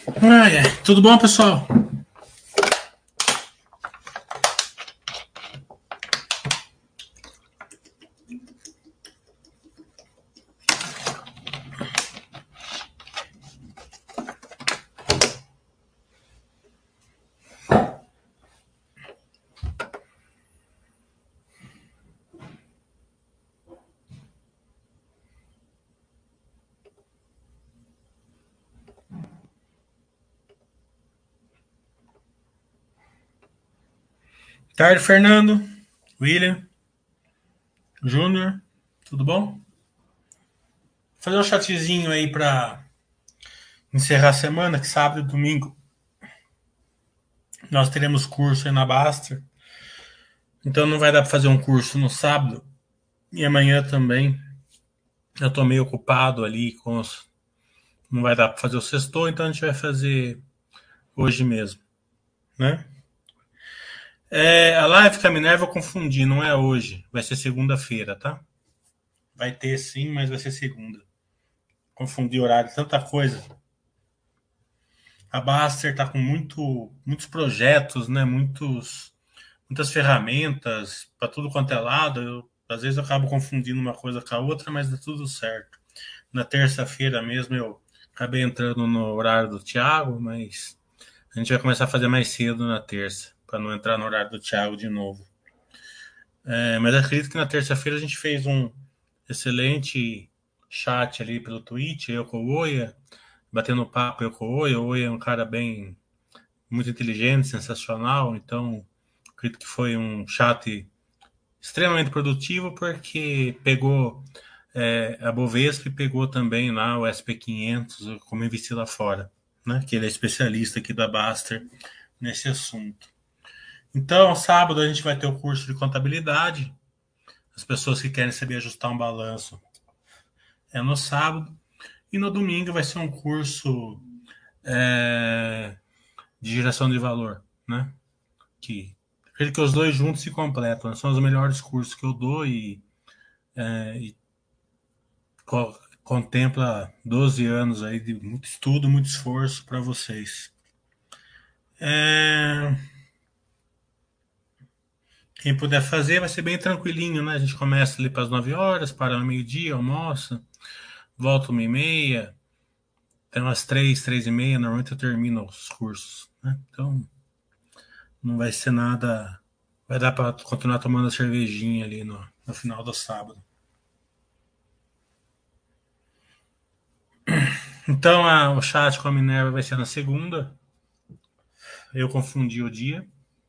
Ai, ai. Tudo bom, pessoal? Tarde, Fernando, William, Júnior, tudo bom? Vou fazer um chatzinho aí pra encerrar a semana, que sábado e domingo nós teremos curso aí na Baster. Então não vai dar pra fazer um curso no sábado e amanhã também. Eu tô meio ocupado ali com os. Não vai dar pra fazer o sextou, então a gente vai fazer hoje mesmo, né? A live com a Minerva eu confundi, não é hoje, vai ser segunda-feira, tá? Vai ter sim, mas vai ser segunda. Confundi horário, tanta coisa. A Baster está com muitos projetos, né? Muitas ferramentas para tudo quanto é lado. Às vezes eu acabo confundindo uma coisa com a outra, mas dá tudo certo. Na terça-feira mesmo eu acabei entrando no horário do Thiago, mas a gente vai começar a fazer mais cedo na terça, para não entrar no horário do Thiago de novo. Mas acredito que na terça-feira a gente fez um excelente chat ali pelo Twitch, eu com o Oia, batendo papo eu com o Oia. O Oia é um cara bem muito inteligente, sensacional. Então, acredito que foi um chat extremamente produtivo porque pegou a Bovespa e pegou também lá o SP500, como investir lá fora, né? Que ele é especialista aqui da Baster nesse assunto. Então, sábado a gente vai ter o curso de contabilidade. As pessoas que querem saber ajustar um balanço é no sábado. E no domingo vai ser um curso de geração de valor, né? Que acredito que os dois juntos se completam. São os melhores cursos que eu dou e contempla 12 anos aí de muito estudo, muito esforço para vocês. É, quem puder fazer vai ser bem tranquilinho, né? A gente começa ali para as 9 horas, para o meio-dia, almoça, volta 1h30, até umas 3, 3h30, normalmente eu termino os cursos, né? Então não vai ser nada. Vai dar para continuar tomando a cervejinha ali no final do sábado. Então o chat com a Minerva vai ser na segunda. Eu confundi o dia.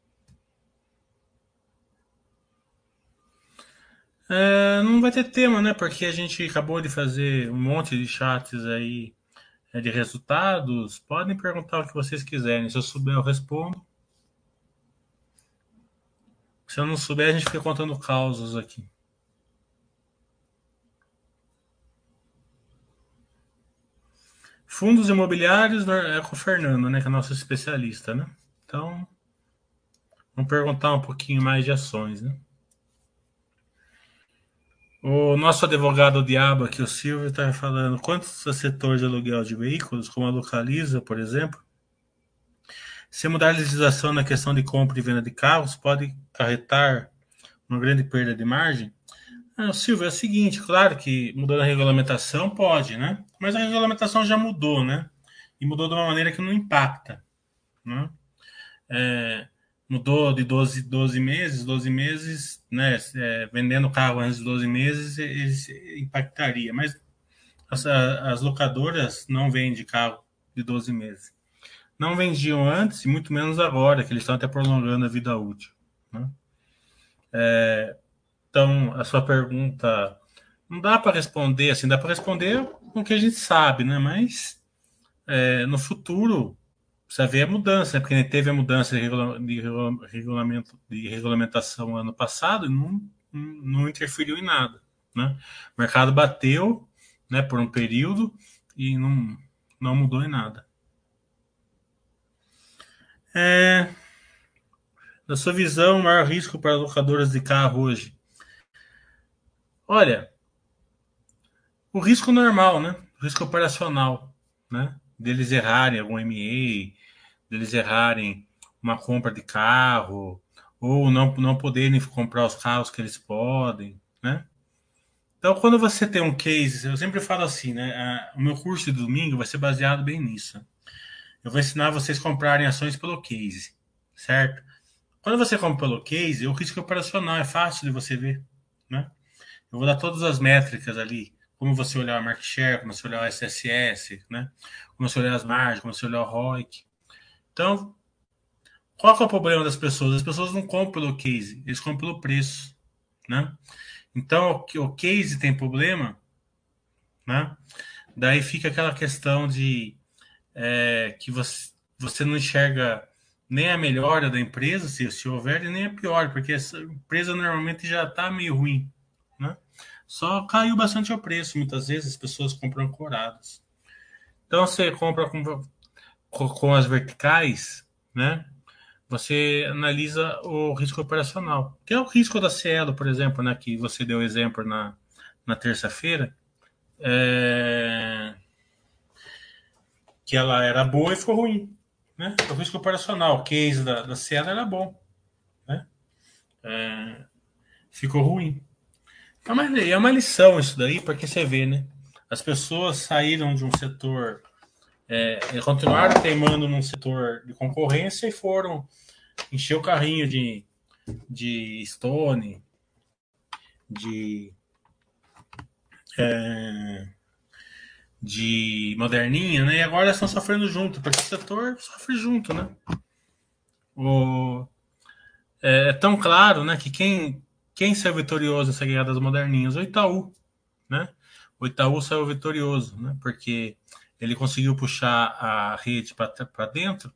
Não vai ter tema, né? Porque a gente acabou de fazer um monte de chats aí de resultados. Podem perguntar o que vocês quiserem. Se eu souber, eu respondo. Se eu não souber, a gente fica contando causos aqui. Fundos imobiliários é com o Fernando, né? Que é nosso especialista, né? Então, vamos perguntar um pouquinho mais de ações, né? O nosso advogado diabo aqui, o Silvio, está falando quantos setores de aluguel de veículos, como a Localiza, por exemplo, se mudar a legislação na questão de compra e venda de carros, pode acarretar uma grande perda de margem? Silvio, é o seguinte, claro que mudando a regulamentação pode, né? Mas a regulamentação já mudou, né? E mudou de uma maneira que não impacta, né? É, mudou de 12 meses, né? Vendendo carro antes de 12 meses, impactaria. Mas as locadoras não vendem carro de 12 meses. Não vendiam antes e muito menos agora, que eles estão até prolongando a vida útil, né? Então, a sua pergunta não dá para responder assim, dá para responder com o que a gente sabe, né? Mas no futuro precisa ver a mudança, né? Porque teve a mudança de regulamentação ano passado e não interferiu em nada, né? O mercado bateu, né, por um período e não mudou em nada. Na sua visão, o maior risco para locadoras de carro hoje? Olha, o risco normal, né? O risco operacional, né? deles errarem algum MA, deles errarem uma compra de carro, ou não poderem comprar os carros que eles podem, né? Então, quando você tem um case, eu sempre falo assim, né? O meu curso de domingo vai ser baseado bem nisso. Eu vou ensinar vocês a comprarem ações pelo case, certo? Quando você compra pelo case, o risco operacional é fácil de você ver, né? Eu vou dar todas as métricas ali, como você olhar o market share, como você olhar o SSS, né? Como você olhar as margens, como você olhar o ROIC. Então, qual que é o problema das pessoas? As pessoas não compram pelo case, eles compram pelo preço, né? Então, o case tem problema, né? Daí fica aquela questão de que você não enxerga nem a melhora da empresa, se houver, e nem a pior, porque essa empresa normalmente já está meio ruim, né? Só caiu bastante o preço, muitas vezes as pessoas compram ancoradas. Então você compra com as verticais, né? Você analisa o risco operacional, que é o risco da Cielo, por exemplo, né? Que você deu exemplo na terça-feira, é, que ela era boa e ficou ruim, né? O risco operacional, o case da Cielo era bom, né? Ficou ruim. É uma lição isso daí, porque você vê, né? As pessoas saíram de um setor, continuaram teimando num setor de concorrência e foram encher o carrinho de Stone, de, de Moderninha, né? E agora estão sofrendo junto, porque o setor sofre junto, né? O, é tão claro, né, que quem saiu vitorioso nessa guerra das Moderninhas? O Itaú, né? O Itaú saiu vitorioso, né? Porque ele conseguiu puxar a rede para dentro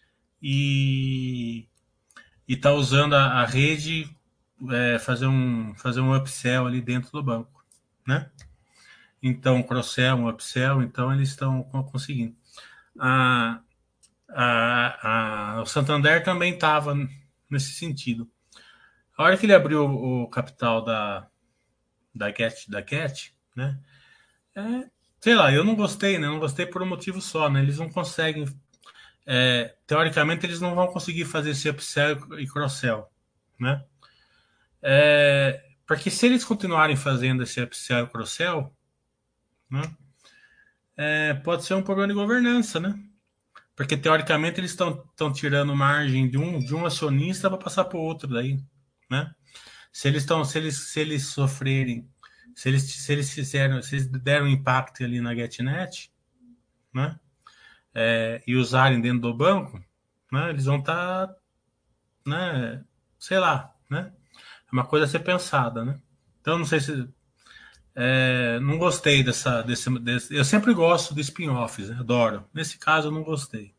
e está usando a rede fazer um upsell ali dentro do banco, né? Então, cross-sell, um upsell, então eles estão conseguindo. A, o Santander também estava nesse sentido. A hora que ele abriu o capital da Cat, né? Sei lá, eu não gostei, né? Não gostei por um motivo só, né? Eles não conseguem. Teoricamente, eles não vão conseguir fazer esse upsell e cross-sell, né? Porque se eles continuarem fazendo esse upsell e cross-sell, né? Pode ser um problema de governança, né? Porque teoricamente eles estão tirando margem de um acionista para passar para o outro daí, né? Se eles sofrerem, se eles deram impacto ali na GetNet, né? E usarem dentro do banco, né? Eles vão estar, né? Sei lá, né? É uma coisa a ser pensada, né? Então não sei se não gostei desse. Eu sempre gosto de spin-offs, né? Adoro. Nesse caso eu não gostei.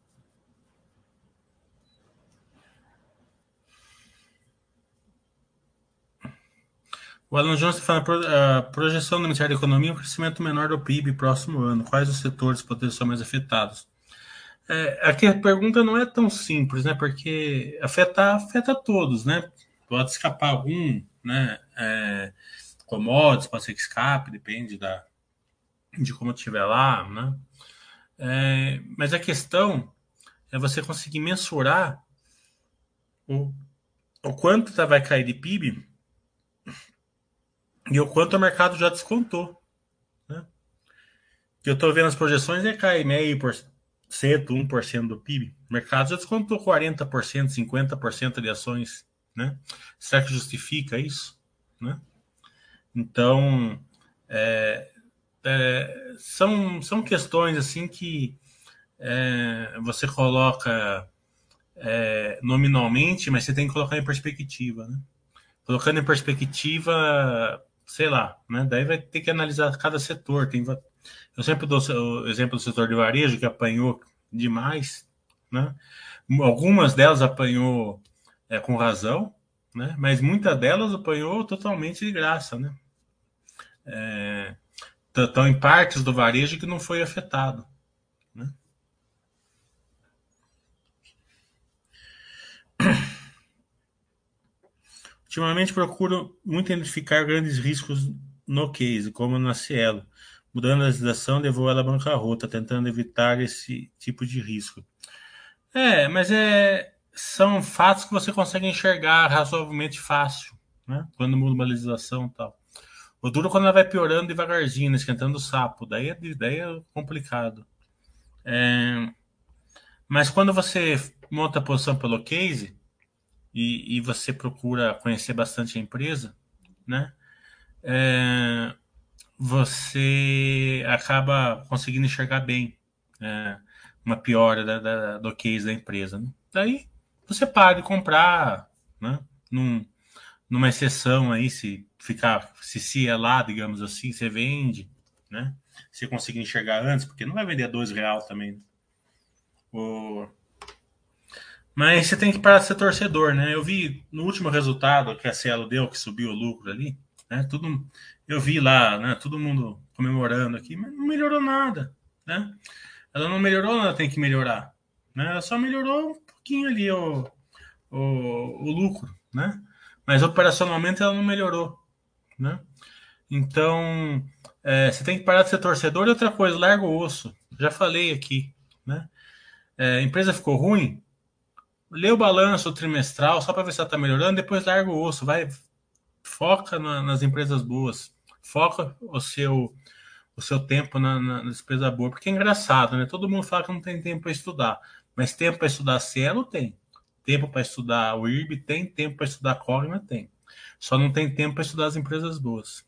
O Alan Jones está falando a projeção do Ministério da Economia é um crescimento menor do PIB próximo ano. Quais os setores potencialmente afetados? Aqui a pergunta não é tão simples, né? Porque afeta todos, né? Pode escapar algum, né? Commodities, pode ser que escape, depende de como estiver lá, né? Mas a questão é você conseguir mensurar o, o quanto vai cair de PIB e o quanto o mercado já descontou, né? Que eu estou vendo as projeções cai 0,5%, 1% do PIB. O mercado já descontou 40%, 50% de ações, né? Será que justifica isso, né? Então, são questões assim que você coloca nominalmente, mas você tem que colocar em perspectiva, né? Colocando em perspectiva, sei lá, né? Daí vai ter que analisar cada setor. Eu sempre dou o exemplo do setor de varejo, que apanhou demais, né? Algumas delas apanhou com razão, né? Mas muitas delas apanhou totalmente de graça, né? Estão em partes do varejo que não foi afetado, né? Ultimamente procuro muito identificar grandes riscos no case, como na Cielo, mudando a legislação, levou ela à bancarrota, tentando evitar esse tipo de risco. Mas são fatos que você consegue enxergar razoavelmente fácil, né? Quando muda uma legislação e tal. O duro é quando ela vai piorando devagarzinho, né? Esquentando o sapo. Daí é complicado. Mas quando você monta a posição pelo case e você procura conhecer bastante a empresa, né? É, você acaba conseguindo enxergar bem é, uma piora do case da empresa. Né? Daí você para de comprar, né? Num, numa exceção aí, se é lá, digamos assim, você vende, né? Se conseguir enxergar antes, porque não vai vender a R$ 2 também. Né? O... Mas você tem que parar de ser torcedor, né? Eu vi no último resultado que a Cielo deu, que subiu o lucro ali, né? Eu vi lá, né? Todo mundo comemorando aqui, mas não melhorou nada, né? Ela não melhorou, ela tem que melhorar, né? Ela só melhorou um pouquinho ali o lucro, né? Mas operacionalmente ela não melhorou, né? Então, você tem que parar de ser torcedor e outra coisa, larga o osso. Já falei aqui, né? A empresa ficou ruim, lê o balanço trimestral só para ver se ela está melhorando, depois larga o osso, foca nas empresas boas, foca o seu tempo na despesa boa, porque é engraçado, né? Todo mundo fala que não tem tempo para estudar, mas tempo para estudar Cielo tem, tempo para estudar o IRB tem, tempo para estudar Cogna tem, só não tem tempo para estudar as empresas boas.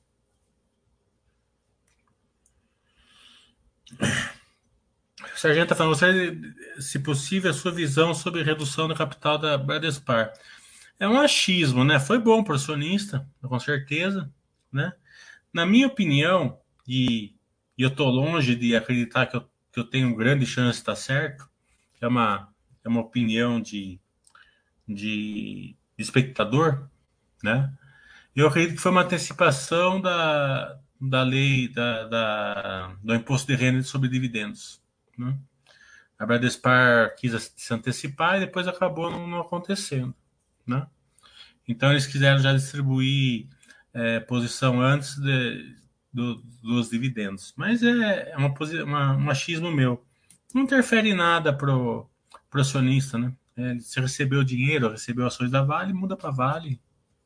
O Sargento está falando, você, se possível, a sua visão sobre redução do capital da Bradespar. É um achismo, né? Foi bom para o acionista, com certeza, né? Na minha opinião, e eu estou longe de acreditar que eu tenho grande chance de estar certo, é uma opinião de espectador, né? Eu acredito que foi uma antecipação da lei do imposto de renda sobre dividendos, né? A Bradespar quis se antecipar e depois acabou não acontecendo, né? Então eles quiseram já distribuir posição antes dos dividendos. Mas é um achismo meu. Não interfere em nada pro acionista, né? Você recebeu dinheiro, recebeu ações da Vale, muda para Vale.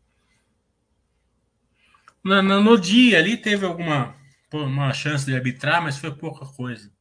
No dia ali teve uma chance de arbitrar, mas foi pouca coisa.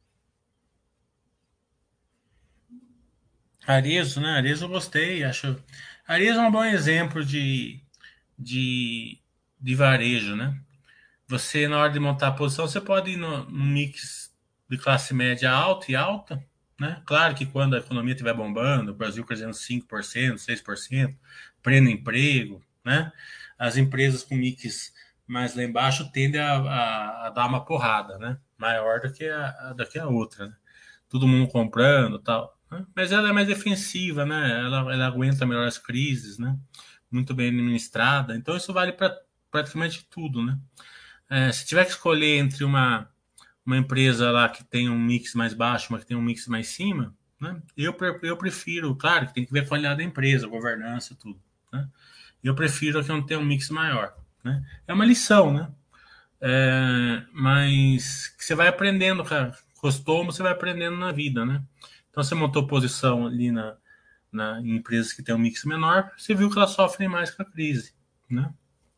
Arezo, né? Arezo eu gostei, acho. Arezo é um bom exemplo de, de varejo, né? Você, na hora de montar a posição, você pode ir no mix de classe média alta e alta, né? Claro que quando a economia estiver bombando, o Brasil crescendo 5%, 6%, pleno emprego, né? As empresas com mix mais lá embaixo tendem a dar uma porrada, né? Maior do que a outra, né? Todo mundo comprando e tal. Né? Mas ela é mais defensiva, né? Ela aguenta melhor as crises, né? Muito bem administrada. Então isso vale para praticamente tudo, né? Se tiver que escolher entre uma empresa lá que tem um mix mais baixo, uma que tem um mix mais cima, né? Eu prefiro, claro, que tem que ver a qualidade da empresa, governança, tudo, né? Eu prefiro que não tenha um mix maior, né? É uma lição, né? Mas que você vai aprendendo, cara. Costume, você vai aprendendo na vida, né? Então você montou posição ali em empresas que têm um mix menor, você viu que elas sofrem mais com a crise, né?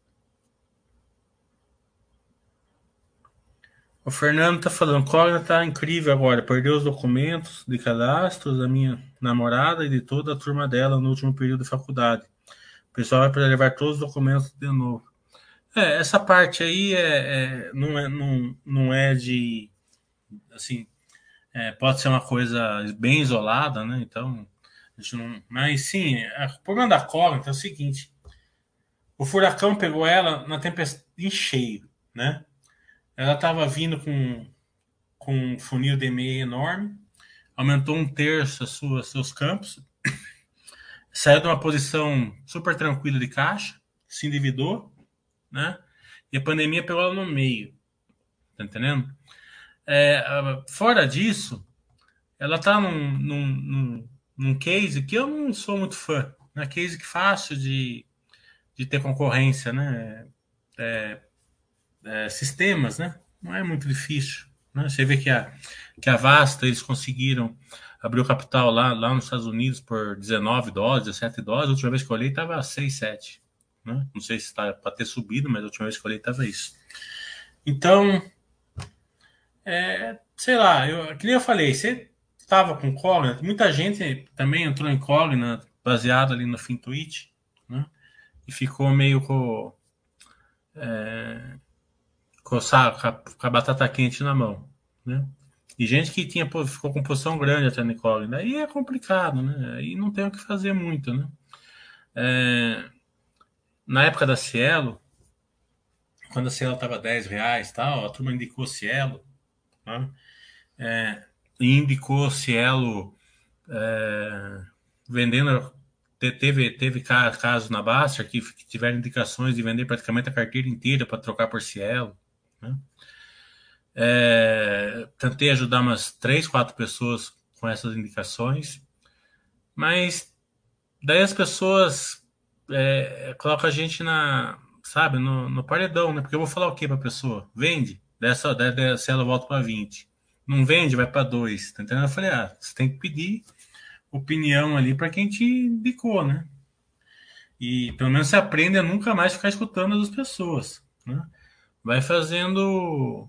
O Fernando tá falando, Cogna tá incrível agora. Perdeu os documentos de cadastros da minha namorada e de toda a turma dela no último período de faculdade. O pessoal vai para levar todos os documentos de novo. Essa parte aí não é de. Assim, pode ser uma coisa bem isolada, né? Então, a gente não. Mas sim, o problema da Cogna é o seguinte: o furacão pegou ela na tempestade em cheio, né? Ela estava vindo com um funil de EMEA enorme, aumentou um terço seus campos, saiu de uma posição super tranquila de caixa, se endividou, né? E a pandemia pegou ela no meio, tá entendendo? Fora disso, ela tá num case que eu não sou muito fã, né? Case que fácil de ter concorrência, né? Sistemas, né? não é muito difícil. Né? Você vê que a Vasta, eles conseguiram abrir o capital lá nos Estados Unidos por 19 dólares, 17 dólares. A última vez que eu olhei estava 6, 7. Né? Não sei se está para ter subido, mas a última vez que eu olhei estava isso. Então, sei lá, que nem eu falei, você estava com Cogna, muita gente também entrou em Cogna baseado ali no Fintuit, né? E ficou meio com a batata quente na mão, né? E gente que ficou com posição grande até na Cogna. Aí é complicado, né? Aí não tem o que fazer muito, né? É, na época da Cielo, quando a Cielo estava R$ 10 tal, a turma indicou Cielo, né? E indicou Cielo vendendo. Teve casos na Baster que tiveram indicações de vender praticamente a carteira inteira para trocar por Cielo. Né? Tentei ajudar umas 3, 4 pessoas com essas indicações, mas daí as pessoas colocam a gente sabe, no paredão, né? Porque eu vou falar o que para a pessoa? Vende, se ela volta para 20. Não vende, vai para 2. Tá entendendo? Eu falei, você tem que pedir opinião ali para quem te indicou, né? E pelo menos você aprende a nunca mais ficar escutando as pessoas, né? Vai fazendo.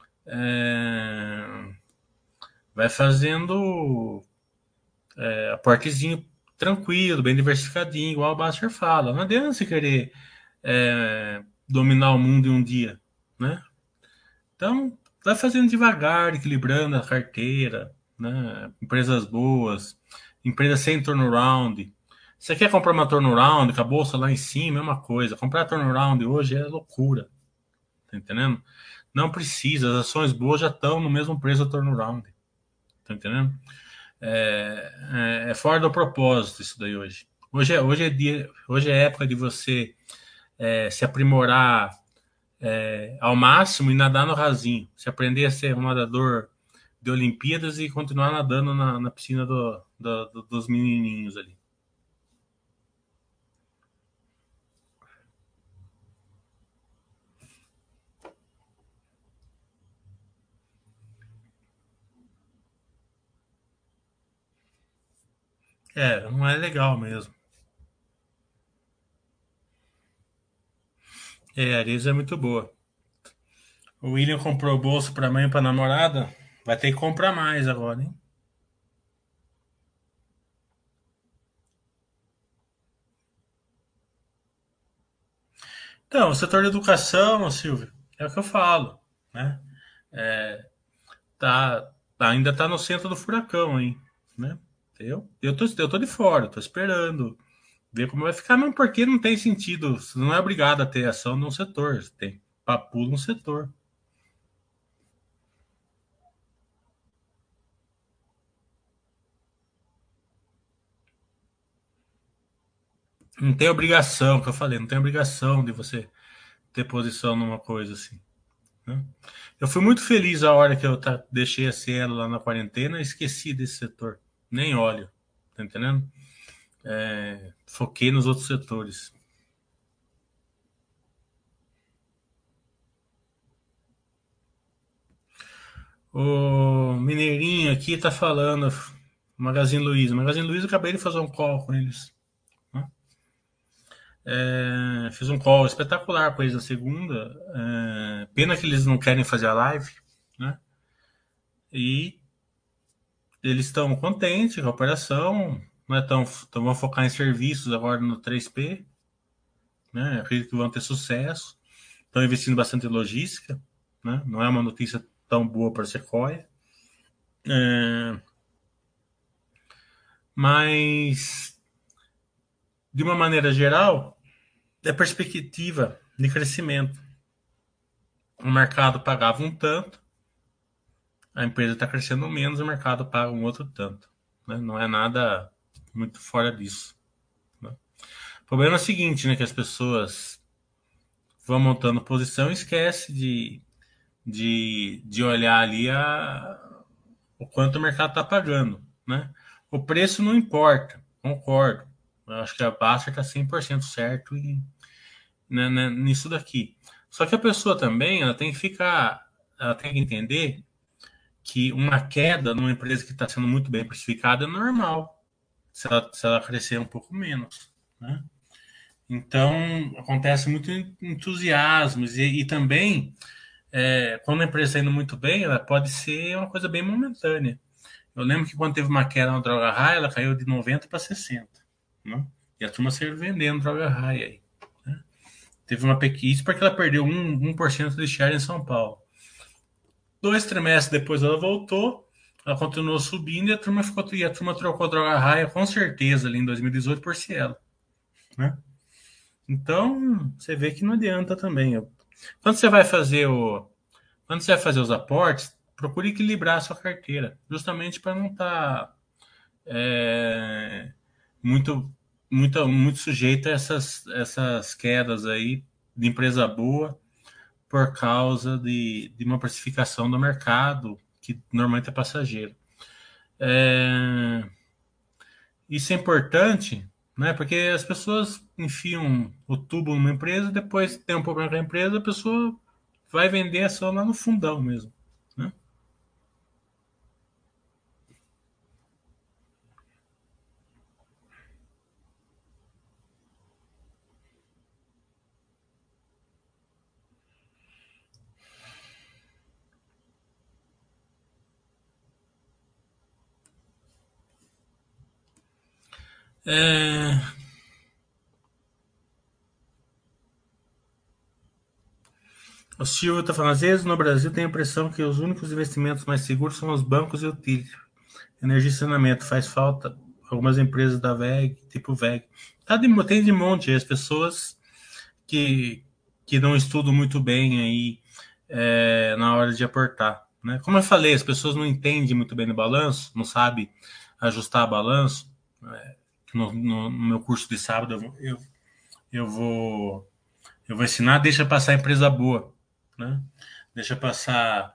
é, vai fazendo aportezinho tranquilo, bem diversificadinho, igual o Buster fala. Não adianta você querer dominar o mundo em um dia, né? Então, vai fazendo devagar, equilibrando a carteira, né? Empresas boas, empresas sem turnaround. Você quer comprar uma turnaround com a bolsa lá em cima, é uma coisa. Comprar turnaround hoje é loucura, tá entendendo? Não precisa, as ações boas já estão no mesmo preço do turnaround, tá entendendo? É fora do propósito isso daí hoje. Hoje é época de você se aprimorar ao máximo e nadar no rasinho. Se aprender a ser um nadador de Olimpíadas e continuar nadando na piscina dos menininhos ali. Não é legal mesmo. A Arisa é muito boa. O William comprou o bolso para mãe e para namorada. Vai ter que comprar mais agora, hein? Então, o setor de educação, Silvio, é o que eu falo, né? Tá, ainda tá no centro do furacão, hein? Né? Eu tô de fora, tô esperando ver como vai ficar, mesmo porque não tem sentido, você não é obrigado a ter ação num setor, você tem papo num setor. Não tem obrigação, que eu falei, não tem obrigação de você ter posição numa coisa assim. Né? Eu fui muito feliz a hora que eu deixei a Cielo lá na quarentena e esqueci desse setor. Nem olho, tá entendendo? Foquei nos outros setores. O Mineirinho aqui tá falando, Magazine Luiza. Magazine Luiza, eu acabei de fazer um call com eles. Né? Fiz um call espetacular com eles na segunda. Pena que eles não querem fazer a live, né? E eles estão contentes com a operação, né? Vão focar em serviços agora no 3P, né? Acredito que vão ter sucesso. Estão investindo bastante em logística, né? Não é uma notícia tão boa para a Sequoia. É, mas, de uma maneira geral, é perspectiva de crescimento. O mercado pagava um tanto, a empresa está crescendo menos, o mercado paga um outro tanto. Né? Não é nada muito fora disso. Né? O problema é o seguinte, né, que as pessoas vão montando posição e esquece de olhar ali o quanto o mercado está pagando. Né? O preço não importa, concordo. Eu acho que a Baster está 100% certo nisso daqui. Só que a pessoa também ela tem que ficar ela tem que entender que uma queda numa empresa que está sendo muito bem precificada é normal, se ela crescer um pouco menos, né? Então, acontece muito entusiasmos e também, quando a empresa está indo muito bem, ela pode ser uma coisa bem momentânea. Eu lembro que quando teve uma queda na droga raia, ela caiu de 90 para 60, né? E a turma saiu vendendo droga raia aí. Né? Teve uma pequena, porque ela perdeu 1% de share em São Paulo. 2 trimestres depois ela voltou, ela continuou subindo e a turma trocou droga raia com certeza ali em 2018 por Cielo, né? Então, você vê que não adianta também. Quando você vai fazer quando você vai fazer os aportes, procure equilibrar a sua carteira, justamente para não estar muito, muito sujeito a essas quedas aí de empresa boa por causa de uma precificação do mercado que normalmente é passageiro. É, isso é importante, né? Porque as pessoas enfiam o tubo numa empresa, depois tem um problema com a empresa, a pessoa vai vender a ação lá no fundão mesmo, né? É, o Silvio está falando, às vezes no Brasil tem a impressão que os únicos investimentos mais seguros são os bancos e o utility. Energia e saneamento faz falta. Algumas empresas da VEG, tipo VEG. Tem de monte as pessoas que, que não estudam muito bem aí na hora de aportar. Né? Como eu falei, as pessoas não entendem muito bem no balanço, não sabem ajustar balanço. No meu curso de sábado eu vou eu vou ensinar, deixa passar empresa boa, né? Deixa passar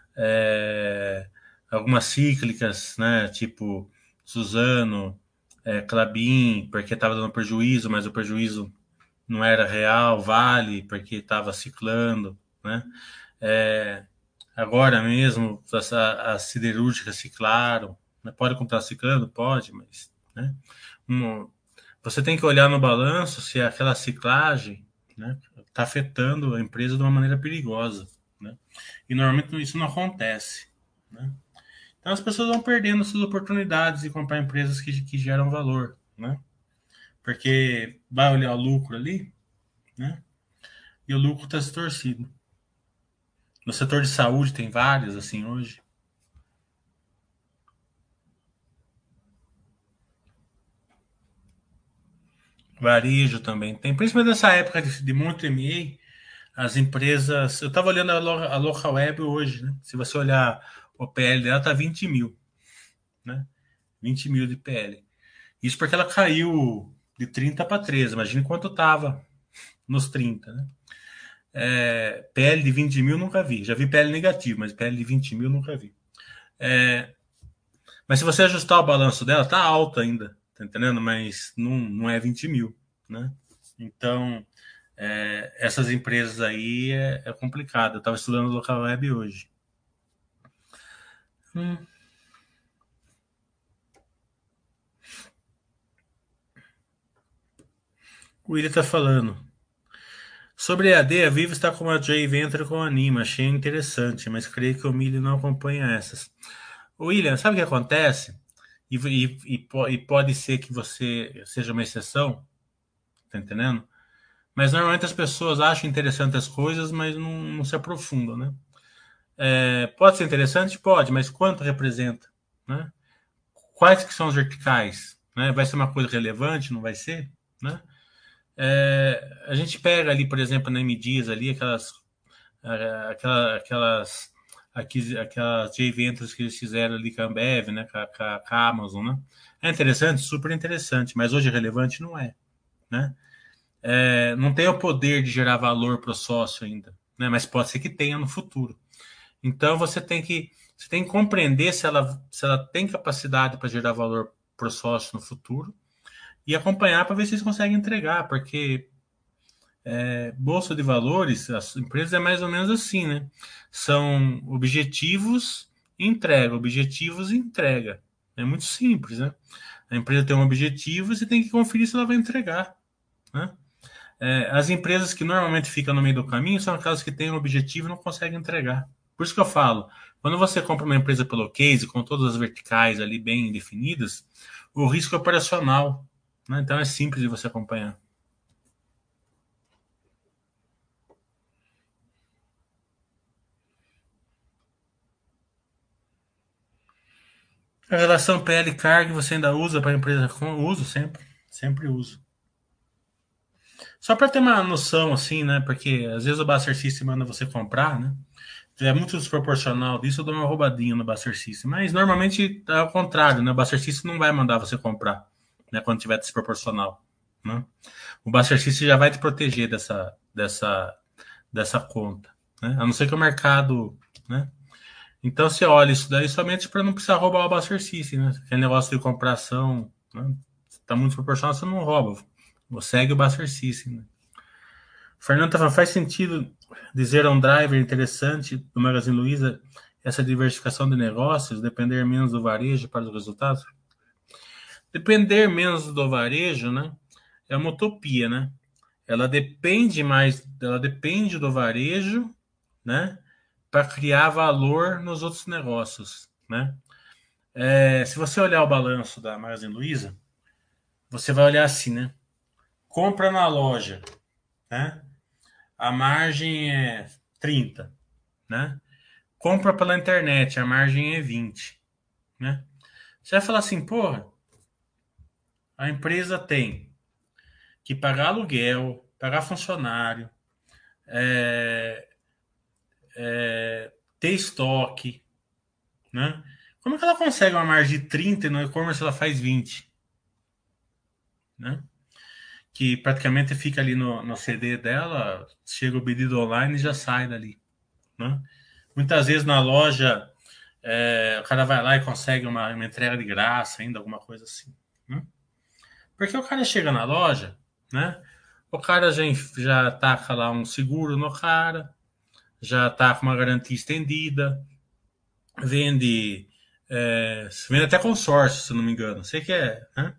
algumas cíclicas, né? Tipo Suzano, Clabin, porque estava dando prejuízo, mas o prejuízo não era real, Vale, porque estava ciclando, né? É, agora mesmo as siderúrgicas ciclaram, né? Pode comprar ciclando? Pode, mas, né? Um, você tem que olhar no balanço se aquela ciclagem, né, está afetando a empresa de uma maneira perigosa, né? E normalmente isso não acontece, né? Então as pessoas vão perdendo essas oportunidades de comprar empresas que geram valor, né? Porque vai olhar o lucro ali, né? E o lucro está se torcido. No setor de saúde tem várias assim hoje. Varejo também tem, principalmente nessa época de muito M&A, as empresas. Eu estava olhando a Local Web hoje, né? Se você olhar o PL dela, tá 20 mil, né? 20 mil de PL. Isso porque ela caiu de 30 para 13. Imagina quanto estava nos 30, né? PL de 20 mil nunca vi. Já vi PL negativo, mas PL de 20 mil nunca vi. Mas se você ajustar o balanço dela, tá alto ainda, tá entendendo? Mas não é 20 mil, né? Então, essas empresas aí é complicado. Eu estava estudando local web hoje. Hum. O William está falando. Sobre EAD, a Vivo está com uma Joy Venture com a Anima. Achei interessante, mas creio que o Milho não acompanha essas. William, sabe o que acontece? E pode ser que você seja uma exceção, tá entendendo? Mas normalmente as pessoas acham interessantes as coisas, mas não se aprofundam, né? Pode ser interessante? Pode, mas quanto representa? Né? Quais que são os verticais? Né? Vai ser uma coisa relevante? Não vai ser? Né? A gente pega ali, por exemplo, na MDias ali, aquelas J Ventures que eles fizeram ali com a Ambev, né? Com a Amazon, né? É interessante? Super interessante, mas hoje é relevante? Não é, né? Não tem o poder de gerar valor para o sócio ainda, né? Mas pode ser que tenha no futuro. Então você tem que compreender se ela tem capacidade para gerar valor para o sócio no futuro e acompanhar para ver se eles conseguem entregar, porque Bolsa de valores, as empresas é mais ou menos assim, né? São objetivos e entrega, objetivos e entrega. É muito simples, né? A empresa tem um objetivo e você tem que conferir se ela vai entregar, né? As empresas que normalmente ficam no meio do caminho são aquelas que têm um objetivo e não conseguem entregar. Por isso que eu falo, quando você compra uma empresa pelo case, com todas as verticais ali bem definidas, o risco é operacional, né? Então é simples de você acompanhar. A relação PL-CARG você ainda usa para a empresa? Uso sempre, sempre uso. Só para ter uma noção, assim, né? Porque às vezes o Buster System manda você comprar, né? É muito desproporcional disso, eu dou uma roubadinha no Buster System. Mas normalmente é ao contrário, né? O Buster System não vai mandar você comprar, né? Quando tiver desproporcional, né? O Buster System já vai te proteger dessa conta, né? A não ser que o mercado, né? Então você olha isso daí somente para não precisar roubar o Buster System, né? Aquele negócio de compração, né? Tá muito proporcional, você não rouba. Você segue o Buster System, né? O Fernando tá falando, faz sentido dizer a um driver interessante do Magazine Luiza essa diversificação de negócios, depender menos do varejo para os resultados? Depender menos do varejo, né? É uma utopia, né? Ela depende do varejo, né? Para criar valor nos outros negócios, né? Se você olhar o balanço da Magazine Luiza, você vai olhar assim, né? Compra na loja, né? A margem é 30, né? Compra pela internet, a margem é 20, né? Você vai falar assim, porra, a empresa tem que pagar aluguel, pagar funcionário, é, ter estoque, né? Como é que ela consegue uma margem de 30 e no e-commerce ela faz 20, né? Que praticamente fica ali no CD dela, chega o pedido online e já sai dali, né? Muitas vezes na loja o cara vai lá e consegue uma entrega de graça ainda, alguma coisa assim, né? Porque o cara chega na loja, né? O cara já taca lá um seguro no cara, já tá com uma garantia estendida, vende, vende até consórcio, se não me engano. Sei que né?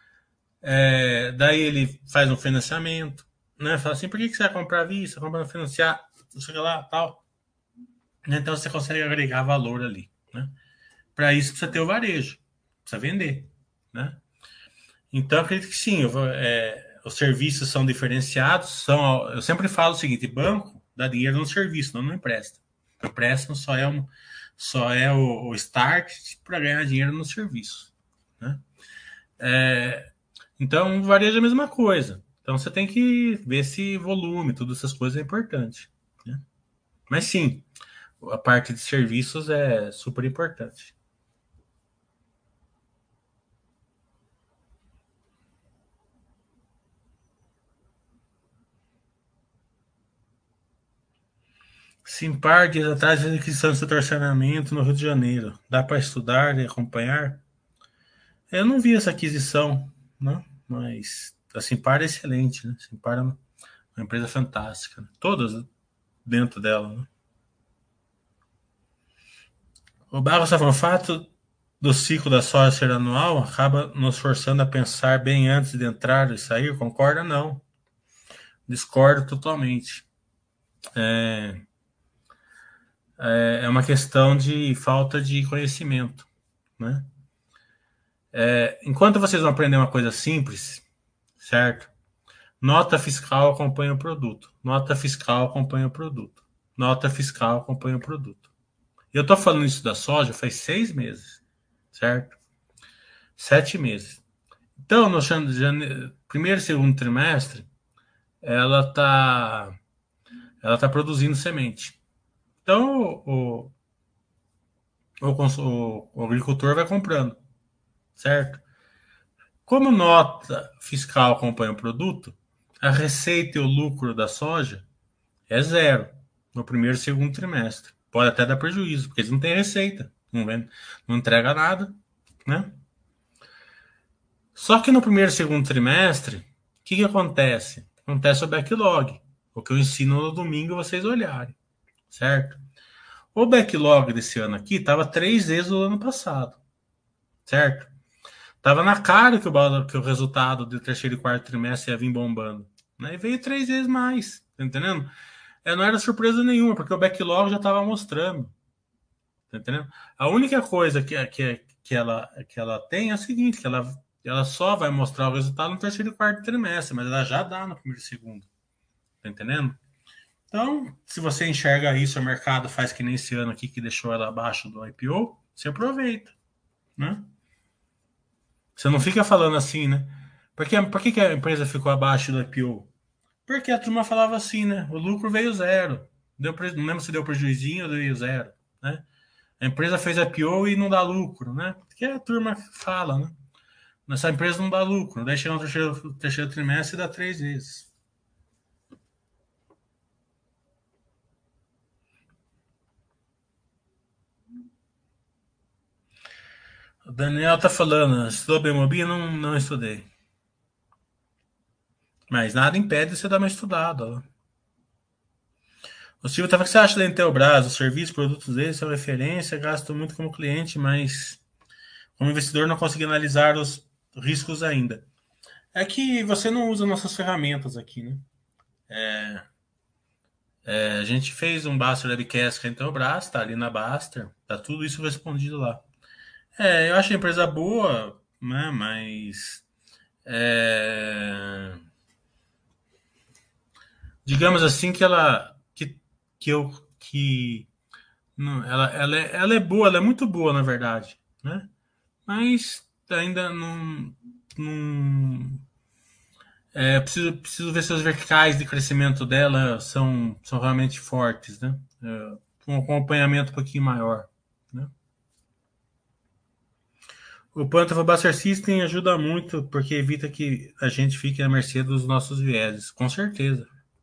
Daí ele faz um financiamento, né? Fala assim, por que você vai comprar à vista? Compra no financiar, não sei o que lá, tal. Então você consegue agregar valor ali, né? Para isso precisa ter o varejo, precisa vender, né? Então, eu acredito que sim. Os serviços são diferenciados. Eu sempre falo o seguinte: banco dá dinheiro no serviço, não empresta. O empréstimo só é o start para ganhar dinheiro no serviço, né? Então, o varejo é a mesma coisa. Então, você tem que ver se volume, todas essas coisas é importante, né? Mas sim, a parte de serviços é super importante. Simpar, dias atrás, fez aquisição de estacionamento no Rio de Janeiro. Dá para estudar e acompanhar? Eu não vi essa aquisição, né? Mas a Simpar é excelente, né? A Simpar é uma empresa fantástica, né? Todas dentro dela, né? O Barros está falando, o fato do ciclo da soja ser anual acaba nos forçando a pensar bem antes de entrar e sair, concorda? Não. Discordo totalmente. É, é uma questão de falta de conhecimento, né? Enquanto vocês vão aprender uma coisa simples, certo? Nota fiscal acompanha o produto. Nota fiscal acompanha o produto. Nota fiscal acompanha o produto. Eu estou falando isso da soja faz 6 meses, certo? 7 meses. Então, no primeiro e segundo trimestre, ela está ela tá produzindo semente. Então, o agricultor vai comprando, certo? Como nota fiscal acompanha o produto, a receita e o lucro da soja é zero no primeiro e segundo trimestre. Pode até dar prejuízo, porque eles não têm receita, não entrega nada, né? Só que no primeiro e segundo trimestre, o que acontece? acontece o backlog. O que eu ensino no domingo vocês olharem, certo? O backlog desse ano aqui estava 3 vezes o ano passado, certo? Tava na cara que o resultado do terceiro e quarto trimestre ia vir bombando. Né? E veio 3 vezes mais, tá entendendo? Não era surpresa nenhuma, porque o backlog já estava mostrando. Tá entendendo? A única coisa que ela tem é a seguinte, que ela só vai mostrar o resultado no terceiro e quarto trimestre, mas ela já dá no primeiro e segundo. Tá entendendo? Então, se você enxerga isso, o mercado faz que nem esse ano aqui que deixou ela abaixo do IPO, você aproveita, né? Você não fica falando assim, né? Por que a empresa ficou abaixo do IPO? Porque a turma falava assim, né? O lucro veio zero. Não lembro se deu prejuizinho ou deu zero, né? A empresa fez IPO e não dá lucro, né? Porque a turma fala, né? Essa empresa não dá lucro. Daí chega no terceiro trimestre e dá 3 vezes. O Daniel tá falando, estudou Bemobi? Não estudei. Mas nada impede você dar uma estudada. Ó. O Silvio tava, o que você acha da Intelbras? Os serviços, produtos deles são referência, gasto muito como cliente, mas como investidor não consegui analisar os riscos ainda. É que você não usa nossas ferramentas aqui, né? A gente fez um Baster Webcast com a Intelbras, tá ali na Baster, tá tudo isso respondido lá. Eu acho a empresa boa, né? Mas é, digamos assim que eu que não, ela é boa, ela é muito boa na verdade, né? Mas ainda não preciso ver se os verticais de crescimento dela são realmente fortes, né? Um acompanhamento um pouquinho maior, né? O Panther Buster System ajuda muito porque evita que a gente fique à mercê dos nossos vieses, com certeza.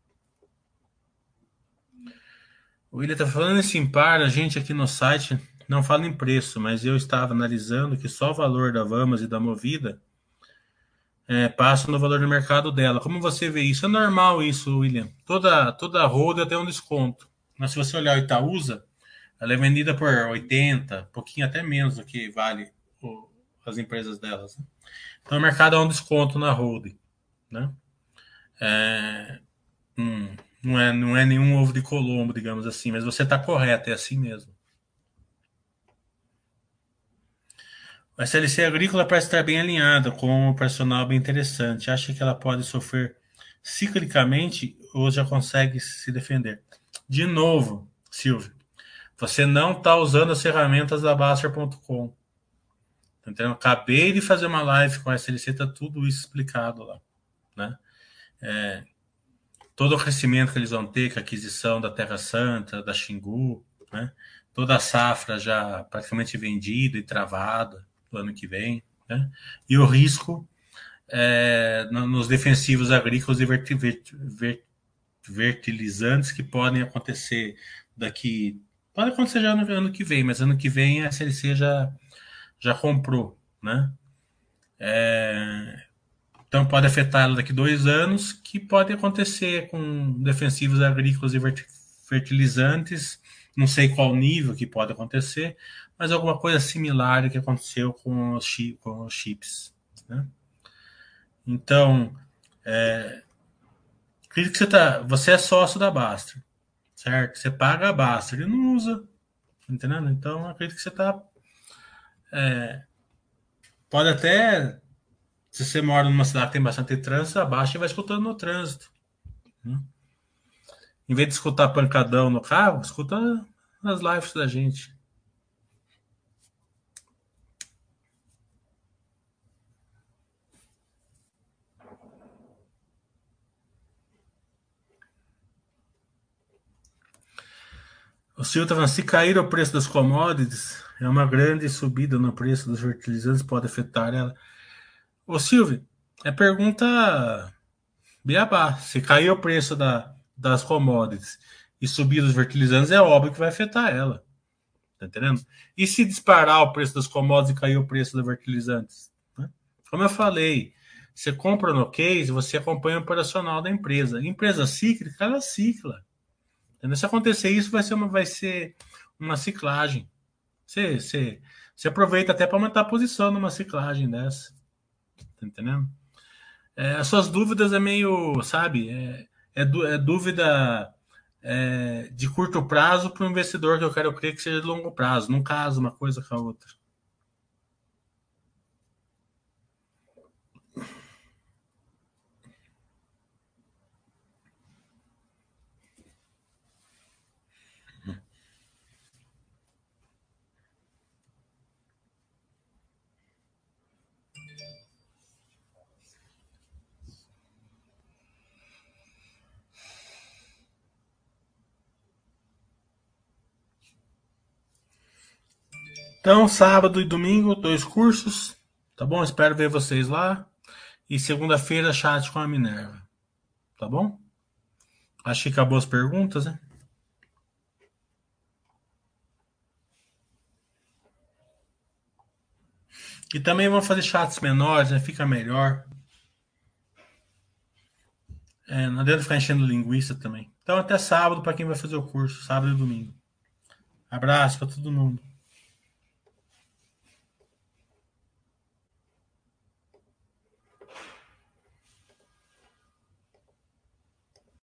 O William está falando em Simpar, a gente aqui no site não fala em preço, mas eu estava analisando que só o valor da Vamos e da Movida passa no valor do mercado dela. Como você vê isso? É normal isso, William. Toda holder tem um desconto. Mas se você olhar o Itaúsa, ela é vendida por 80, pouquinho até menos do que vale as empresas delas. Né? Então o mercado é um desconto na holding. Né? É, não é nenhum ovo de Colombo, digamos assim, mas você está correto, é assim mesmo. A SLC agrícola parece estar bem alinhada com o personal bem interessante. Acha que ela pode sofrer ciclicamente ou já consegue se defender? De novo, Silvio, você não está usando as ferramentas da Baster.com. Entendeu? Acabei de fazer uma live com a SLC, está tudo isso explicado lá. Né? Todo o crescimento que eles vão ter, com a aquisição da Terra Santa, da Xingu, né? Toda a safra já praticamente vendida e travada do ano que vem. Né? E o risco nos defensivos agrícolas e fertilizantes que podem acontecer daqui. Pode acontecer já no ano que vem, mas ano que vem a SLC já comprou. Né? Então pode afetar ela daqui 2 anos, que pode acontecer com defensivos agrícolas e fertilizantes. Não sei qual nível que pode acontecer, mas alguma coisa similar que aconteceu com os chips. Né? Então, acredito que você é sócio da Baster, certo? Você paga a Baster e não usa, entendendo? Então, acredito que você pode até, se você mora numa cidade que tem bastante trânsito, abaixa e vai escutando no trânsito. Né? Em vez de escutar pancadão no carro, escuta as lives da gente. O Silvio tá falando, se cair o preço das commodities, é uma grande subida no preço dos fertilizantes, pode afetar ela. Ô Silvio, é pergunta beabá. Se cair o preço das commodities e subir os fertilizantes, é óbvio que vai afetar ela. Tá entendendo? E se disparar o preço das commodities e cair o preço dos fertilizantes? Né? Como eu falei, Você compra no case, você acompanha o operacional da empresa. Empresa cíclica, ela cicla. Entendeu? Se acontecer isso, vai ser uma ciclagem. Você aproveita até para aumentar a posição numa ciclagem dessa. Tá entendendo? As suas dúvidas é meio, sabe? É dúvida de curto prazo para o investidor que eu quero crer que seja de longo prazo. Não casa uma coisa com a outra. Então, sábado e domingo, 2 cursos. Tá bom? Espero ver vocês lá. E segunda-feira, chat com a Minerva. Tá bom? Acho que acabou as perguntas, né? E também vamos fazer chats menores, né? Fica melhor. Não adianta ficar enchendo linguiça também. Então, até sábado para quem vai fazer o curso, sábado e domingo. Abraço para todo mundo.